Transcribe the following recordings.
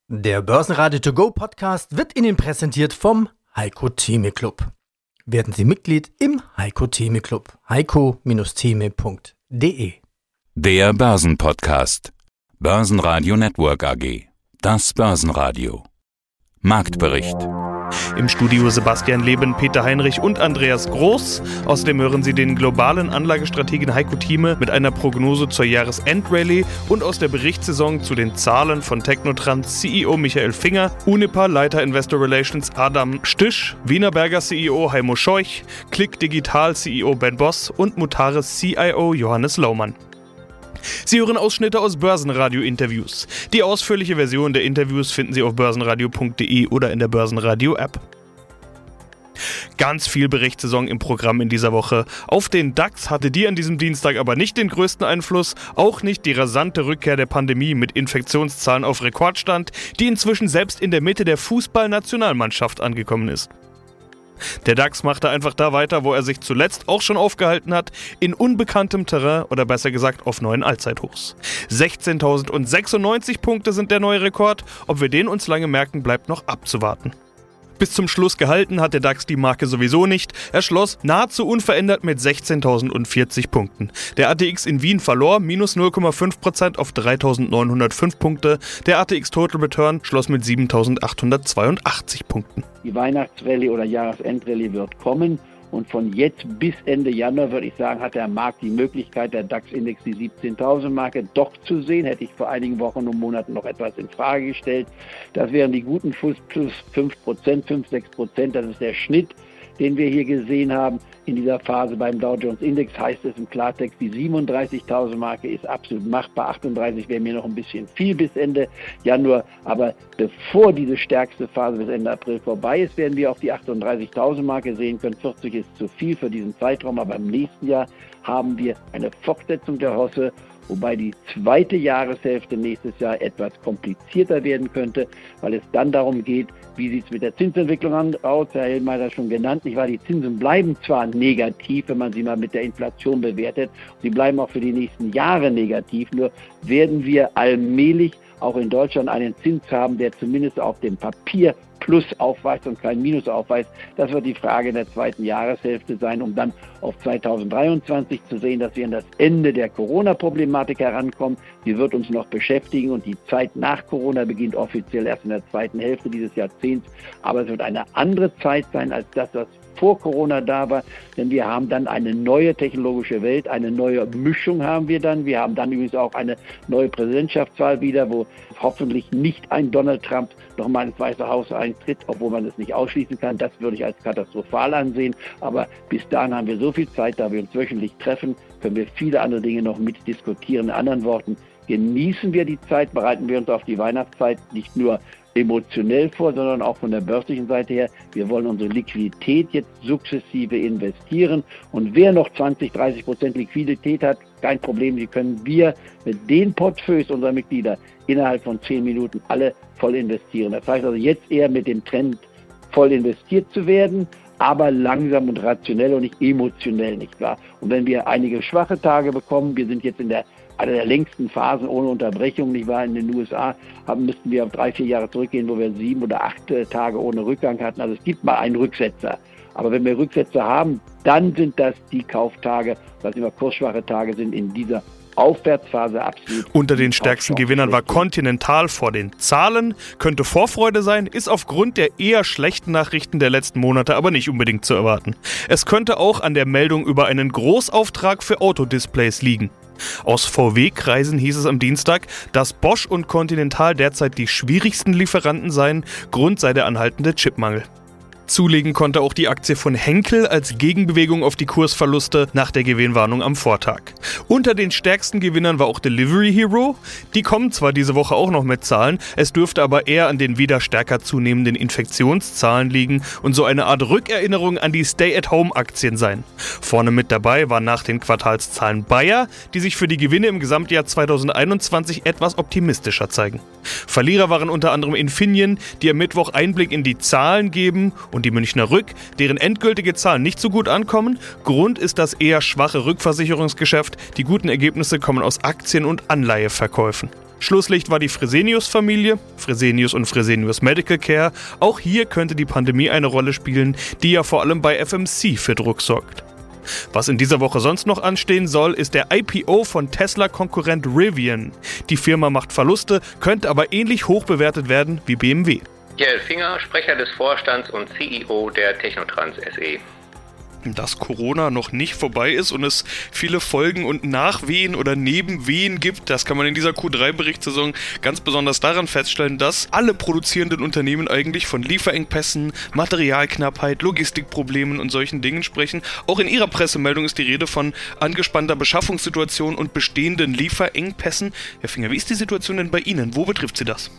Der Börsenradio To Go Podcast wird Ihnen präsentiert vom Heiko Theme Club. Werden Sie Mitglied im Heiko Theme Club. heiko-theme.de. Der Börsenpodcast. Börsenradio Network AG. Das Börsenradio. Marktbericht. Im Studio Sebastian Leben, Peter Heinrich und Andreas Groß. Außerdem hören Sie den globalen Anlagestrategen Heiko Thieme mit einer Prognose zur Jahresendrallye und aus der Berichtssaison zu den Zahlen von Technotrans CEO Michael Finger, Unipa Leiter Investor Relations Adam Stisch, Wienerberger CEO Heimo Scheuch, Click Digital CEO Ben Boss und Mutares CIO Johannes Laumann. Sie hören Ausschnitte aus Börsenradio-Interviews. Die ausführliche Version der Interviews finden Sie auf börsenradio.de oder in der Börsenradio-App. Ganz viel Berichtssaison im Programm in dieser Woche. Auf den DAX hatte die an diesem Dienstag aber nicht den größten Einfluss, auch nicht die rasante Rückkehr der Pandemie mit Infektionszahlen auf Rekordstand, die inzwischen selbst in der Mitte der Fußballnationalmannschaft angekommen ist. Der DAX machte einfach da weiter, wo er sich zuletzt auch schon aufgehalten hat, in unbekanntem Terrain oder besser gesagt auf neuen Allzeithochs. 16.096 Punkte sind der neue Rekord, ob wir den uns lange merken, bleibt noch abzuwarten. Bis zum Schluss gehalten hat der DAX die Marke sowieso nicht. Er schloss nahezu unverändert mit 16.040 Punkten. Der ATX in Wien verlor minus 0,5% auf 3.905 Punkte. Der ATX Total Return schloss mit 7.882 Punkten. Die Weihnachtsrallye oder Jahresendrallye wird kommen. Und von jetzt bis Ende Januar, würde ich sagen, hat der Markt die Möglichkeit, der DAX-Index die 17.000-Marke doch zu sehen. Hätte ich vor einigen Wochen und Monaten noch etwas in Frage gestellt. Das wären die guten plus 5%, 5-6%. Das ist der Schnitt, den wir hier gesehen haben in dieser Phase beim Dow Jones Index. Heißt es im Klartext, die 37.000-Marke ist absolut machbar. 38 wäre mir noch ein bisschen viel bis Ende Januar. Aber bevor diese stärkste Phase bis Ende April vorbei ist, werden wir auf die 38.000-Marke sehen können. 40 ist zu viel für diesen Zeitraum. Aber im nächsten Jahr haben wir eine Fortsetzung der Hosse, wobei die zweite Jahreshälfte nächstes Jahr etwas komplizierter werden könnte, weil es dann darum geht, wie sieht es mit der Zinsentwicklung aus? Herr Hellmeier hat das schon genannt. Die Zinsen bleiben zwar negativ, wenn man sie mal mit der Inflation bewertet. Sie bleiben auch für die nächsten Jahre negativ. Nur werden wir allmählich auch in Deutschland einen Zins haben, der zumindest auf dem Papier Plus aufweist und kein Minus aufweist. Das wird die Frage in der zweiten Jahreshälfte sein, um dann auf 2023 zu sehen, dass wir an das Ende der Corona-Problematik herankommen. Sie wird uns noch beschäftigen und die Zeit nach Corona beginnt offiziell erst in der zweiten Hälfte dieses Jahrzehnts. Aber es wird eine andere Zeit sein als das, was vor Corona da war, denn wir haben dann eine neue technologische Welt, eine neue Mischung haben wir dann. Wir haben dann übrigens auch eine neue Präsidentschaftswahl wieder, wo hoffentlich nicht ein Donald Trump nochmal ins Weiße Haus eintritt, obwohl man es nicht ausschließen kann. Das würde ich als katastrophal ansehen. Aber bis dahin haben wir so viel Zeit, da wir uns wöchentlich treffen, können wir viele andere Dinge noch mitdiskutieren. In anderen Worten, genießen wir die Zeit, bereiten wir uns auf die Weihnachtszeit nicht nur emotionell vor, sondern auch von der börslichen Seite her. Wir wollen unsere Liquidität jetzt sukzessive investieren. Und wer noch 20-30% Liquidität hat, kein Problem. Die können wir mit den Portfolios unserer Mitglieder innerhalb von 10 Minuten alle voll investieren. Das heißt also jetzt eher mit dem Trend voll investiert zu werden, aber langsam und rationell und nicht emotionell, nicht wahr? Und wenn wir einige schwache Tage bekommen, wir sind jetzt in einer der längsten Phasen ohne Unterbrechung, nicht wahr? In den USA müssten wir auf 3-4 Jahre zurückgehen, wo wir 7 oder 8 Tage ohne Rückgang hatten. Also es gibt mal einen Rücksetzer. Aber wenn wir Rücksetzer haben, dann sind das die Kauftage, was immer kursschwache Tage sind in dieser Aufwärtsphase absolut. Unter den stärksten Gewinnern war Continental vor den Zahlen. Könnte Vorfreude sein, ist aufgrund der eher schlechten Nachrichten der letzten Monate aber nicht unbedingt zu erwarten. Es könnte auch an der Meldung über einen Großauftrag für Autodisplays liegen. Aus VW-Kreisen hieß es am Dienstag, dass Bosch und Continental derzeit die schwierigsten Lieferanten seien, Grund sei der anhaltende Chipmangel. Zulegen konnte auch die Aktie von Henkel als Gegenbewegung auf die Kursverluste nach der Gewinnwarnung am Vortag. Unter den stärksten Gewinnern war auch Delivery Hero. Die kommen zwar diese Woche auch noch mit Zahlen, es dürfte aber eher an den wieder stärker zunehmenden Infektionszahlen liegen und so eine Art Rückerinnerung an die Stay-at-Home-Aktien sein. Vorne mit dabei war nach den Quartalszahlen Bayer, die sich für die Gewinne im Gesamtjahr 2021 etwas optimistischer zeigen. Verlierer waren unter anderem Infineon, die am Mittwoch Einblick in die Zahlen geben und und die Münchner Rück, deren endgültige Zahlen nicht so gut ankommen. Grund ist das eher schwache Rückversicherungsgeschäft. Die guten Ergebnisse kommen aus Aktien- und Anleiheverkäufen. Schlusslicht war die Fresenius-Familie, Fresenius und Fresenius Medical Care. Auch hier könnte die Pandemie eine Rolle spielen, die ja vor allem bei FMC für Druck sorgt. Was in dieser Woche sonst noch anstehen soll, ist der IPO von Tesla-Konkurrent Rivian. Die Firma macht Verluste, könnte aber ähnlich hoch bewertet werden wie BMW. Gerald Finger, Sprecher des Vorstands und CEO der Technotrans SE. Dass Corona noch nicht vorbei ist und es viele Folgen und Nachwehen oder Nebenwehen gibt, das kann man in dieser Q3-Berichtssaison ganz besonders daran feststellen, dass alle produzierenden Unternehmen eigentlich von Lieferengpässen, Materialknappheit, Logistikproblemen und solchen Dingen sprechen. Auch in ihrer Pressemeldung ist die Rede von angespannter Beschaffungssituation und bestehenden Lieferengpässen. Herr Finger, wie ist die Situation denn bei Ihnen? Wo betrifft Sie das?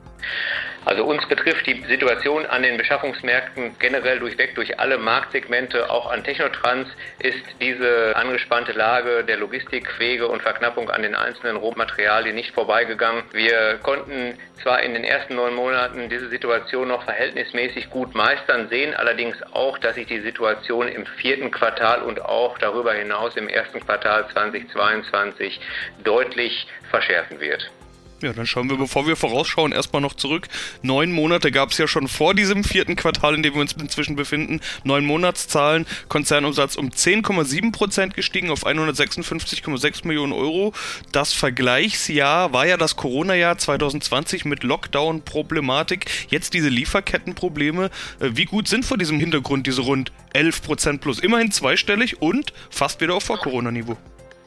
Also uns betrifft die Situation an den Beschaffungsmärkten generell durchweg durch alle Marktsegmente, auch an Technotrans, ist diese angespannte Lage der Logistik, Wege und Verknappung an den einzelnen Rohmaterialien nicht vorbeigegangen. Wir konnten zwar in den ersten 9 Monaten diese Situation noch verhältnismäßig gut meistern, sehen allerdings auch, dass sich die Situation im 4. Quartal und auch darüber hinaus im 1. Quartal 2022 deutlich verschärfen wird. Ja, dann schauen wir, bevor wir vorausschauen, erstmal noch zurück. 9 Monate gab es ja schon vor diesem 4. Quartal, in dem wir uns inzwischen befinden. 9 Monatszahlen, Konzernumsatz um 10,7% gestiegen auf 156,6 Millionen Euro. Das Vergleichsjahr war ja das Corona-Jahr 2020 mit Lockdown-Problematik. Jetzt diese Lieferkettenprobleme. Wie gut sind vor diesem Hintergrund diese rund 11% plus? Immerhin zweistellig und fast wieder auf Vor-Corona-Niveau.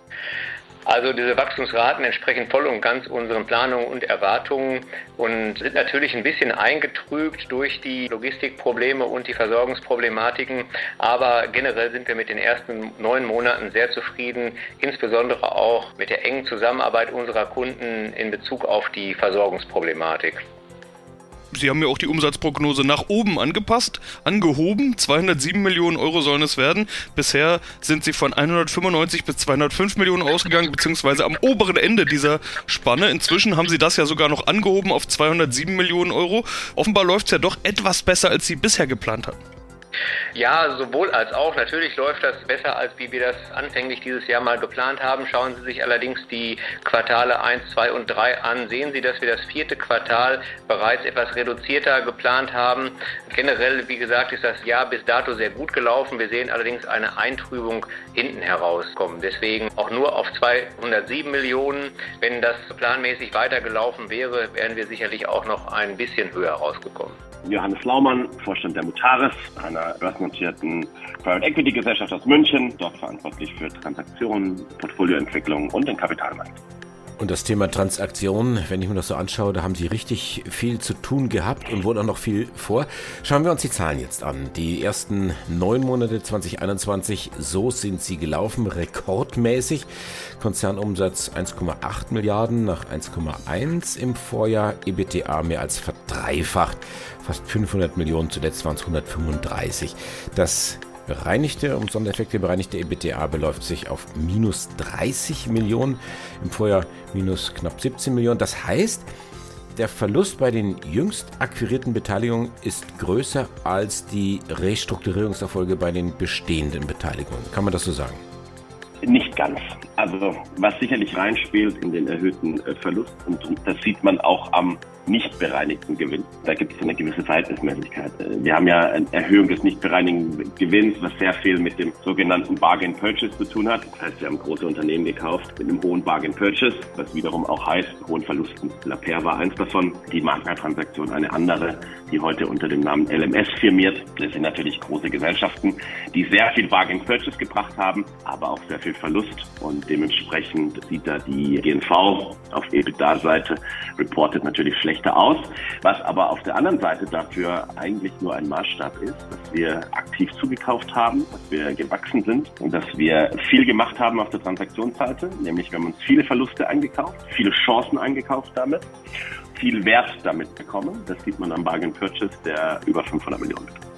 Also diese Wachstumsraten entsprechen voll und ganz unseren Planungen und Erwartungen und sind natürlich ein bisschen eingetrübt durch die Logistikprobleme und die Versorgungsproblematiken. Aber generell sind wir mit den ersten 9 Monaten sehr zufrieden, insbesondere auch mit der engen Zusammenarbeit unserer Kunden in Bezug auf die Versorgungsproblematik. Sie haben ja auch die Umsatzprognose nach oben angepasst, angehoben. 207 Millionen Euro sollen es werden. Bisher sind sie von 195 bis 205 Millionen ausgegangen, beziehungsweise am oberen Ende dieser Spanne. Inzwischen haben sie das ja sogar noch angehoben auf 207 Millionen Euro. Offenbar läuft es ja doch etwas besser, als sie bisher geplant hatten. Ja, sowohl als auch. Natürlich läuft das besser, als wie wir das anfänglich dieses Jahr mal geplant haben. Schauen Sie sich allerdings die Quartale 1, 2 und 3 an. Sehen Sie, dass wir das 4. Quartal bereits etwas reduzierter geplant haben. Generell, wie gesagt, ist das Jahr bis dato sehr gut gelaufen. Wir sehen allerdings eine Eintrübung hinten herauskommen. Deswegen auch nur auf 207 Millionen. Wenn das planmäßig weitergelaufen wäre, wären wir sicherlich auch noch ein bisschen höher rausgekommen. Johannes Laumann, Vorstand der Mutares, einer börsennotierten Private Equity Gesellschaft aus München, dort verantwortlich für Transaktionen, Portfolioentwicklung und den Kapitalmarkt. Und das Thema Transaktionen, wenn ich mir das so anschaue, da haben Sie richtig viel zu tun gehabt und wohl auch noch viel vor. Schauen wir uns die Zahlen jetzt an. Die ersten 9 Monate 2021, so sind sie gelaufen, rekordmäßig. Konzernumsatz 1,8 Milliarden nach 1,1 im Vorjahr, EBITDA mehr als verdreifacht, fast 500 Millionen, zuletzt waren es 135. Das um Sondereffekte bereinigte EBITDA beläuft sich auf minus 30 Millionen, im Vorjahr minus knapp 17 Millionen. Das heißt, der Verlust bei den jüngst akquirierten Beteiligungen ist größer als die Restrukturierungserfolge bei den bestehenden Beteiligungen. Kann man das so sagen? Nicht ganz. Also was sicherlich reinspielt in den erhöhten Verlust, und das sieht man auch am nicht bereinigten Gewinn. Da gibt es eine gewisse Verhältnismäßigkeit. Wir haben ja eine Erhöhung des nicht bereinigten Gewinns, was sehr viel mit dem sogenannten Bargain Purchase zu tun hat. Das heißt, wir haben große Unternehmen gekauft mit einem hohen Bargain Purchase, was wiederum auch heißt, hohen Verlusten. Lapeyre war eins davon, die Magna-Transaktion eine andere, die heute unter dem Namen LMS firmiert. Das sind natürlich große Gesellschaften, die sehr viel Bargain Purchase gebracht haben, aber auch sehr viel Verlust. Und dementsprechend sieht da die GNV auf EBITDA-Seite reportet natürlich schlechter aus, was aber auf der anderen Seite dafür eigentlich nur ein Maßstab ist, dass wir aktiv zugekauft haben, dass wir gewachsen sind und dass wir viel gemacht haben auf der Transaktionsseite, nämlich wir haben uns viele Verluste eingekauft, viele Chancen eingekauft damit, viel Wert damit bekommen. Das sieht man am Bargain Purchase, der über 500 Millionen beträgt.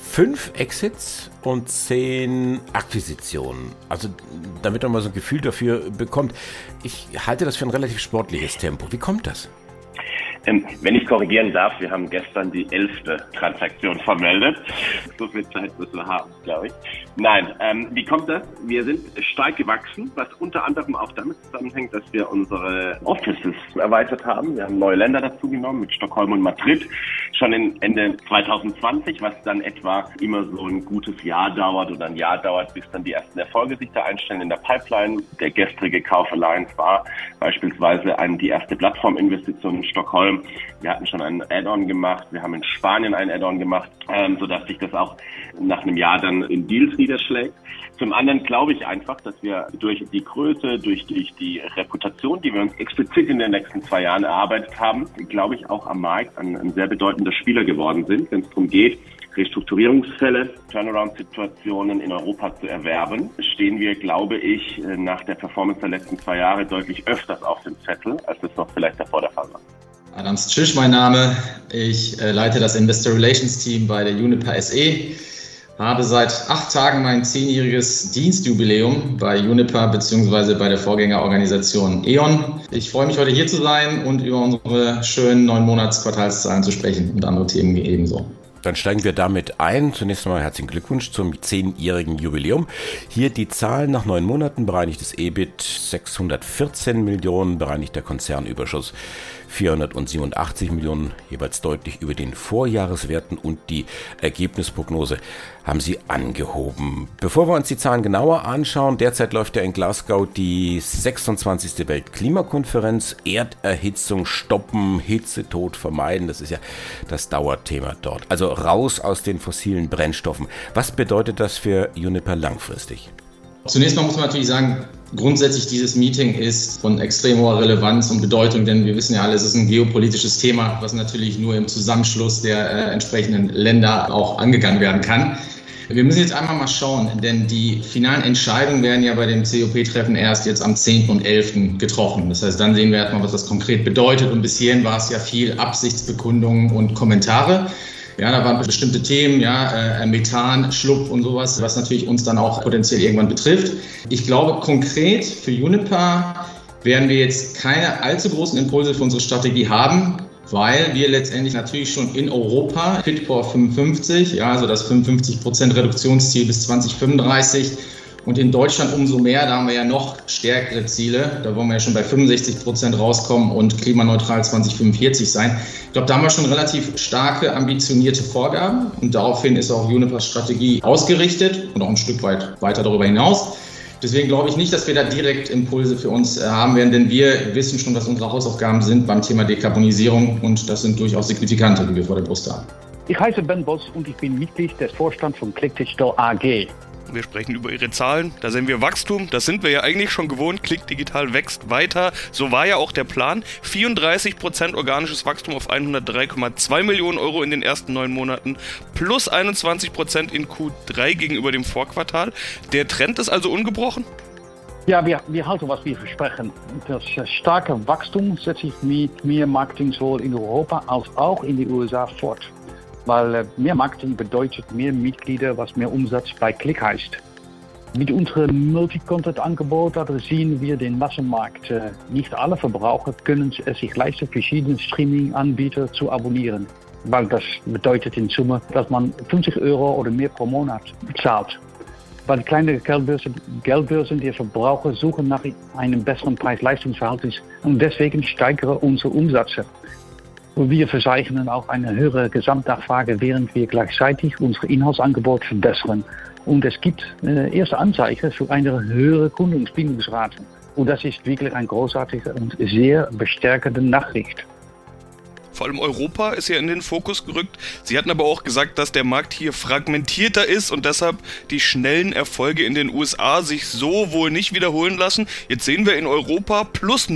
5 Exits und 10 Akquisitionen. Also damit man mal so ein Gefühl dafür bekommt. Ich halte das für ein relativ sportliches Tempo. Wie kommt das? Wenn ich korrigieren darf, wir haben gestern die 11. Transaktion vermeldet. So viel Zeit müssen wir haben, glaube ich. Nein, wie kommt das? Wir sind stark gewachsen, was unter anderem auch damit zusammenhängt, dass wir unsere Offices erweitert haben. Wir haben neue Länder dazu genommen, mit Stockholm und Madrid, schon Ende 2020, was dann etwa immer so ein gutes Jahr dauert oder ein Jahr dauert, bis dann die ersten Erfolge sich da einstellen in der Pipeline. Der gestrige Kauf Alliance war beispielsweise die erste Plattforminvestition in Stockholm. Wir hatten schon einen Add-on gemacht. Wir haben in Spanien einen Add-on gemacht, sodass sich das auch nach einem Jahr dann in Deals niederschlägt. Zum anderen glaube ich einfach, dass wir durch die Größe, durch die Reputation, die wir uns explizit in den nächsten 2 Jahren erarbeitet haben, glaube ich auch am Markt ein sehr bedeutender Spieler geworden sind, wenn es darum geht, Restrukturierungsfälle, Turnaround-Situationen in Europa zu erwerben, stehen wir, glaube ich, nach der Performance der letzten 2 Jahre deutlich öfters auf dem Zettel, als es noch vielleicht davor der Fall war. Adams Tschüsch, mein Name. Ich leite das Investor Relations Team bei der Uniper SE. Habe seit 8 Tagen mein 10-jähriges Dienstjubiläum bei Uniper bzw. bei der Vorgängerorganisation E.ON. Ich freue mich, heute hier zu sein und über unsere schönen 9-Monats-Quartalszahlen zu sprechen und andere Themen ebenso. Dann steigen wir damit ein. Zunächst einmal herzlichen Glückwunsch zum 10-jährigen Jubiläum. Hier die Zahlen nach 9 Monaten: bereinigtes EBIT 614 Millionen, bereinigter Konzernüberschuss 487 Millionen, jeweils deutlich über den Vorjahreswerten, und die Ergebnisprognose haben sie angehoben. Bevor wir uns die Zahlen genauer anschauen, derzeit läuft ja in Glasgow die 26. Weltklimakonferenz. Erderhitzung stoppen, Hitzetod vermeiden, das ist ja das Dauerthema dort. Also raus aus den fossilen Brennstoffen. Was bedeutet das für Uniper langfristig? Zunächst mal muss man natürlich sagen, grundsätzlich dieses Meeting ist von extrem hoher Relevanz und Bedeutung, denn wir wissen ja alle, es ist ein geopolitisches Thema, was natürlich nur im Zusammenschluss der entsprechenden Länder auch angegangen werden kann. Wir müssen jetzt einmal mal schauen, denn die finalen Entscheidungen werden ja bei dem COP-Treffen erst jetzt am 10. und 11. getroffen. Das heißt, dann sehen wir erstmal, was das konkret bedeutet, und bis hierhin war es ja viel Absichtsbekundungen und Kommentare. Ja, da waren bestimmte Themen, Methan, Schlupf und sowas, was natürlich uns dann auch potenziell irgendwann betrifft. Ich glaube, konkret für Uniper werden wir jetzt keine allzu großen Impulse für unsere Strategie haben, weil wir letztendlich natürlich schon in Europa Fit for 55, also das 55% Reduktionsziel bis 2035, und in Deutschland umso mehr, da haben wir ja noch stärkere Ziele. Da wollen wir ja schon bei 65% rauskommen und klimaneutral 2045 sein. Ich glaube, da haben wir schon relativ starke, ambitionierte Vorgaben, und daraufhin ist auch Unipers Strategie ausgerichtet und auch ein Stück weit weiter darüber hinaus. Deswegen glaube ich nicht, dass wir da direkt Impulse für uns haben werden, denn wir wissen schon, was unsere Hausaufgaben sind beim Thema Dekarbonisierung, und das sind durchaus signifikante, die wir vor der Brust haben. Ich heiße Ben Boss und ich bin Mitglied des Vorstands von Click Digital AG. Wir sprechen über ihre Zahlen, da sehen wir Wachstum, das sind wir ja eigentlich schon gewohnt. Click Digital wächst weiter, so war ja auch der Plan. 34% organisches Wachstum auf 103,2 Millionen Euro in den ersten 9 Monaten, plus 21% in Q3 gegenüber dem Vorquartal. Der Trend ist also ungebrochen? Ja, wir halten, was wir versprechen. Das starke Wachstum setzt sich mit mehr Marketing sowohl in Europa als auch in die USA fort. Weil mehr Marketing bedeutet mehr Mitglieder, was mehr Umsatz bei Click heißt. Mit unserem Multi-Content-Angebot adressieren wir den Massenmarkt. Nicht alle Verbraucher können es sich leisten, verschiedene Streaming-Anbieter zu abonnieren. Weil das bedeutet in Summe, dass man 50 Euro oder mehr pro Monat zahlt. Weil die kleinen Geldbörsen der Verbraucher suchen nach einem besseren Preis-Leistungsverhältnis, und deswegen steigern unsere Umsätze. Wir verzeichnen auch eine höhere Gesamtnachfrage, während wir gleichzeitig unser Inhaltsangebot verbessern. Und es gibt erste Anzeichen für eine höhere Kundenbindungsrate. Und das ist wirklich eine großartige und sehr bestärkende Nachricht. Vor allem Europa ist ja in den Fokus gerückt. Sie hatten aber auch gesagt, dass der Markt hier fragmentierter ist und deshalb die schnellen Erfolge in den USA sich so wohl nicht wiederholen lassen. Jetzt sehen wir in Europa plus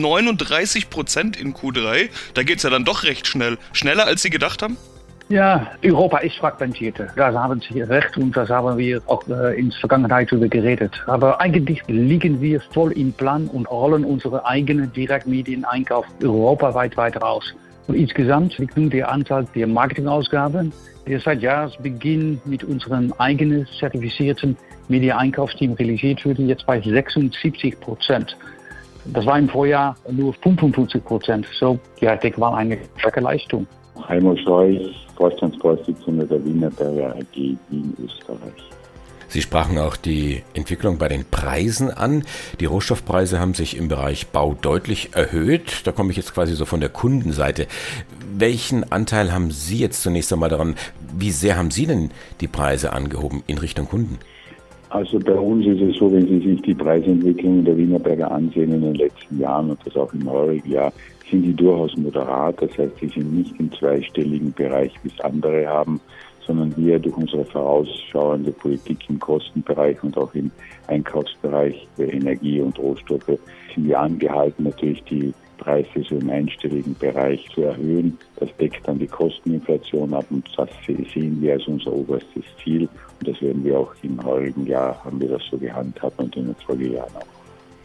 39% in Q3. Da geht es ja dann doch recht schnell. Schneller, als Sie gedacht haben? Ja, Europa ist fragmentierter. Da haben Sie recht, und das haben wir auch in der Vergangenheit darüber geredet. Aber eigentlich liegen wir voll im Plan und rollen unsere eigenen Direktmedieneinkauf europaweit weiter aus. Und insgesamt liegt nun der Anteil der Marketingausgaben, der seit Jahresbeginn mit unserem eigenen zertifizierten Media-Einkaufsteam realisiert wurde, jetzt bei 76%. Das war im Vorjahr nur 55%. So, ja, ich denke mal eine starke Leistung. Heimo Scheuch, Vorstandsvorsitzender der Wienerberger AG in Österreich. Sie sprachen auch die Entwicklung bei den Preisen an. Die Rohstoffpreise haben sich im Bereich Bau deutlich erhöht. Da komme ich jetzt quasi so von der Kundenseite. Welchen Anteil haben Sie jetzt zunächst einmal daran? Wie sehr haben Sie denn die Preise angehoben in Richtung Kunden? Also bei uns ist es so, wenn Sie sich die Preisentwicklung der Wienerberger ansehen in den letzten Jahren und das auch im heurigen Jahr, sind die durchaus moderat. Das heißt, sie sind nicht im zweistelligen Bereich, wie es andere haben, sondern wir durch unsere vorausschauende Politik im Kostenbereich und auch im Einkaufsbereich für Energie und Rohstoffe sind wir angehalten, natürlich die Preise so im einstelligen Bereich zu erhöhen. Das deckt dann die Kosteninflation ab und das sehen wir als unser oberstes Ziel. Und das werden wir auch im heurigen Jahr, haben wir das so gehandhabt und in den Folgejahren auch.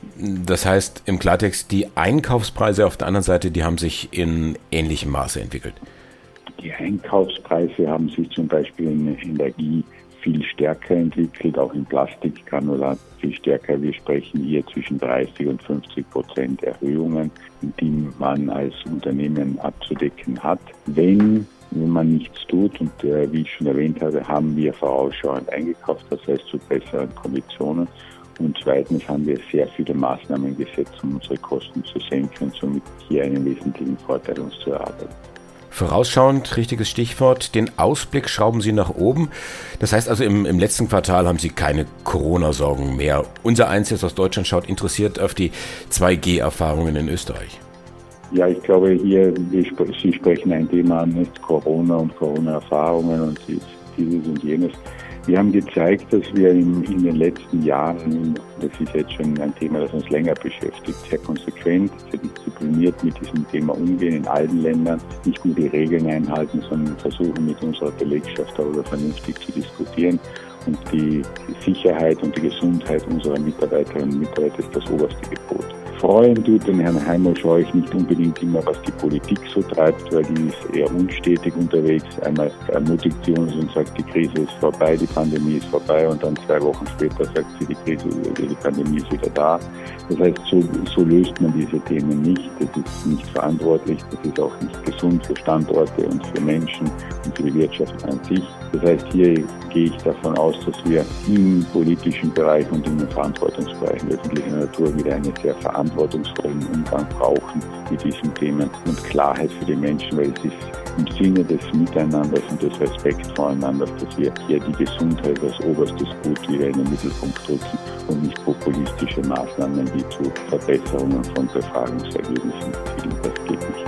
Das heißt im Klartext, die Einkaufspreise auf der anderen Seite, die haben sich in ähnlichem Maße entwickelt. Die Einkaufspreise haben sich zum Beispiel in Energie viel stärker entwickelt, auch in Plastikgranulat viel stärker. Wir sprechen hier zwischen 30% und 50% Erhöhungen, die man als Unternehmen abzudecken hat. Wenn man nichts tut, und wie ich schon erwähnt habe, haben wir vorausschauend eingekauft, das heißt zu besseren Konditionen. Und zweitens haben wir sehr viele Maßnahmen gesetzt, um unsere Kosten zu senken und somit hier einen wesentlichen Vorteil uns zu erarbeiten. Vorausschauend, richtiges Stichwort, den Ausblick schrauben Sie nach oben. Das heißt also, im letzten Quartal haben Sie keine Corona-Sorgen mehr. Unser Eins jetzt aus Deutschland schaut interessiert auf die 2G-Erfahrungen in Österreich. Ja, ich glaube hier, Sie sprechen ein Thema an, nicht Corona und Corona-Erfahrungen und dieses und jenes. Wir haben gezeigt, dass wir in den letzten Jahren, das ist jetzt schon ein Thema, das uns länger beschäftigt, sehr konsequent, sehr diszipliniert mit diesem Thema umgehen in allen Ländern, nicht nur die Regeln einhalten, sondern versuchen mit unserer Belegschaft darüber vernünftig zu diskutieren. Und die Sicherheit und die Gesundheit unserer Mitarbeiterinnen und Mitarbeiter ist das oberste Gebot. Freuen tut den Herrn Heimo Scheuch nicht unbedingt immer, was die Politik so treibt, weil die ist eher unstetig unterwegs. Einmal ermutigt sie uns und sagt, die Krise ist vorbei, die Pandemie ist vorbei und dann 2 Wochen später sagt sie, die Pandemie ist wieder da. Das heißt, so löst man diese Themen nicht. Das ist nicht verantwortlich, das ist auch nicht gesund für Standorte und für Menschen und für die Wirtschaft an sich. Das heißt, hier gehe ich davon aus, dass wir im politischen Bereich und in den Verantwortungsbereichen öffentlicher Natur wieder einen sehr verantwortungsvollen Umgang brauchen mit diesen Themen und Klarheit für die Menschen, weil es ist im Sinne des Miteinanders und des Respekts voreinander, dass wir hier die Gesundheit als oberstes Gut wieder in den Mittelpunkt drücken und nicht populistische Maßnahmen, die zu Verbesserungen von Befragungsergebnissen führen. Das geht nicht.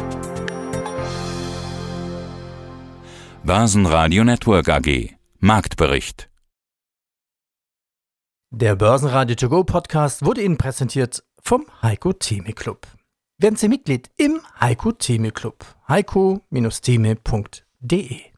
Börsenradio Network AG. Marktbericht. Der Börsenradio To Go Podcast wurde Ihnen präsentiert vom Heiko Thieme Club. Werden Sie Mitglied im Heiko Thieme Club. heiko-thieme.de